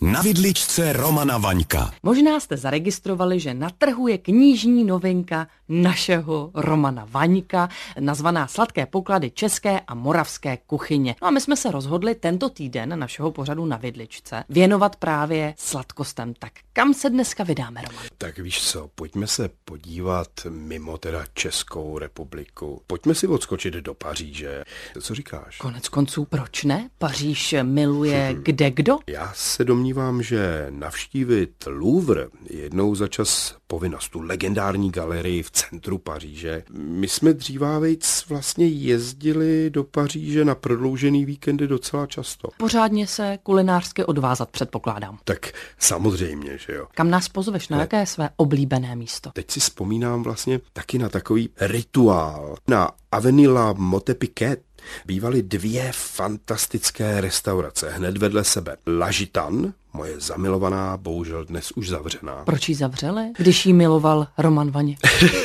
Na vidličce Romana Vaňka. Možná jste zaregistrovali, že na trhu je knižní novinka našeho Romana Vaňka, nazvaná Sladké poklady české a moravské kuchyně. No a my jsme se rozhodli tento týden našeho pořadu Na vidličce věnovat právě sladkostem. Tak kam se dneska vydáme, Roman? Tak víš co, pojďme se podívat mimo teda Českou republiku. Pojďme si odskočit do Paříže. Co říkáš? Konec konců, proč ne? Paříž miluje kdekdo? Já se domnívám, že navštívit Louvre je jednou za čas povinnost, tu legendární galerii v centru Paříže. My jsme dřívávejc vlastně jezdili do Paříže na prodloužený víkendy docela často. Pořádně se kulinářsky odvázat, předpokládám. Tak samozřejmě, že jo. Kam nás pozveš, na jaké své oblíbené místo? Teď si vzpomínám vlastně taky na takový rituál. Na Avenue La Motte-Piquet bývaly dvě fantastické restaurace hned vedle sebe. La Gitane, moje zamilovaná, bohužel dnes už zavřená. Proč ji zavřeli, když jí miloval Roman Vaněk?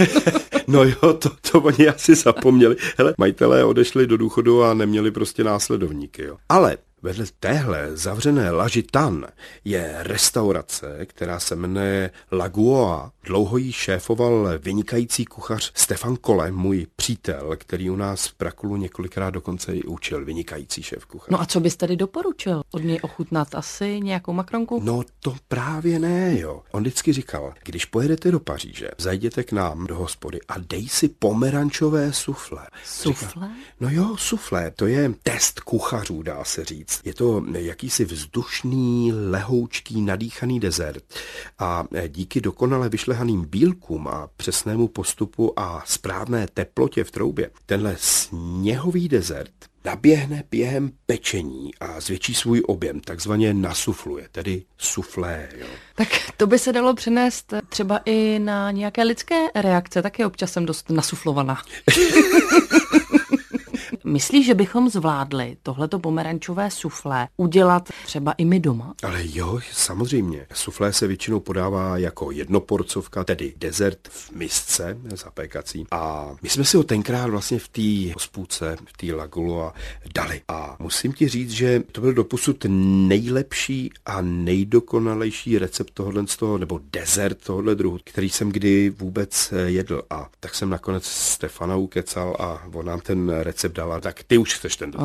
No jo, to oni asi zapomněli. Hele, majitelé odešli do důchodu a neměli prostě následovníky, jo. Ale vedle téhle zavřené La Gitane je restaurace, která se jmenuje La Guoa. Dlouho jí šéfoval vynikající kuchař Stefan Kolle, můj přítel, který u nás v Prakulu několikrát dokonce i učil, vynikající šéf kuchař. No a co bys tedy doporučil? Od něj ochutnat asi nějakou makronku? No to právě ne, jo. On vždycky říkal, když pojedete do Paříže, zajděte k nám do hospody a dej si pomerančové suflé. Suflé? No jo, suflé, to je test kuchařů, dá se říct. Je to jakýsi vzdušný, lehoučký, nadýchaný dezert a díky dokonale vyšlehaným bílkům a přesnému postupu a správné teplotě v troubě tenhle sněhový dezert naběhne během pečení a zvětší svůj objem, takzvaně nasufluje, tedy suflé. Jo. Tak to by se dalo přenést třeba i na nějaké lidské reakce, taky občas jsem dost nasuflovaná. Myslíš, že bychom zvládli tohleto pomerančové suflé udělat třeba i my doma? Ale jo, samozřejmě. Suflé se většinou podává jako jednoporcovka, tedy dezert v misce zapékací. A my jsme si ho tenkrát vlastně v té hospůdce, v té La Guoa dali. A musím ti říct, že to byl doposud nejlepší a nejdokonalejší recept tohohle z toho, nebo dezert tohohle druhu, který jsem kdy vůbec jedl. A tak jsem nakonec Stefana ukecal a on nám ten recept dala. Tak ty už chceš ten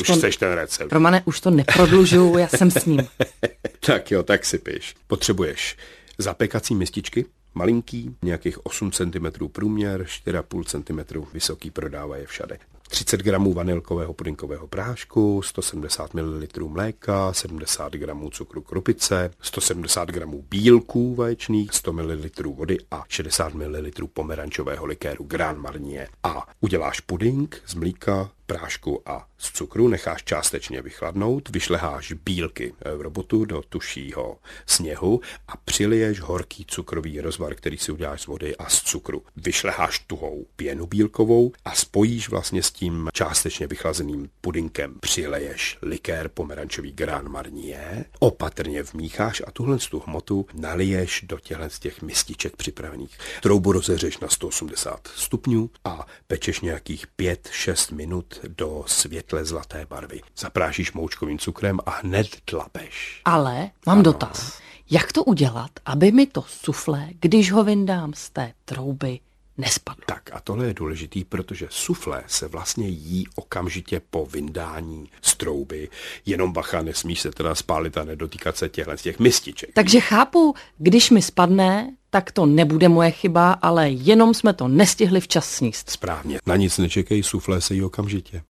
recept. Romane, už to neprodlužuju, já jsem s ním. Tak jo, tak si piš. Potřebuješ zapékací mističky, malinký, nějakých 8 cm průměr, 4,5 cm vysoký, prodává je všade. 30 gramů vanilkového pudinkového prášku, 170 ml mléka, 70 gramů cukru krupice, 170 gramů bílků vaječných, 100 ml vody a 60 ml pomerančového likéru Grand Marnier. A uděláš puding z mlíka, prášku a z cukru, necháš částečně vychladnout, vyšleháš bílky v robotu do tušího sněhu a přiliješ horký cukrový rozvar, který si uděláš z vody a z cukru. Vyšleháš tuhou pěnu bílkovou a spojíš vlastně s tím částečně vychlazeným pudinkem. Přileješ likér pomerančový Grand Marnier, opatrně vmícháš a tuhle tu hmotu naliješ do těch mističek připravených. Troubu rozeřeš na 180 stupňů a pečeš nějakých 5-6 minut do světle zlaté barvy. Zaprášíš moučkovým cukrem a hned tlapeš. Ale mám dotaz. Jak to udělat, aby mi to suflé, když ho vyndám z té trouby, nespadlo? Tak a tohle je důležitý, protože suflé se vlastně jí okamžitě po vyndání z trouby. Jenom bacha, nesmíš se teda spálit a nedotýkat se těch mističek. Takže chápu, když mi spadne, tak to nebude moje chyba, ale jenom jsme to nestihli včas sníst. Správně. Na nic nečekej, suflé se jí okamžitě.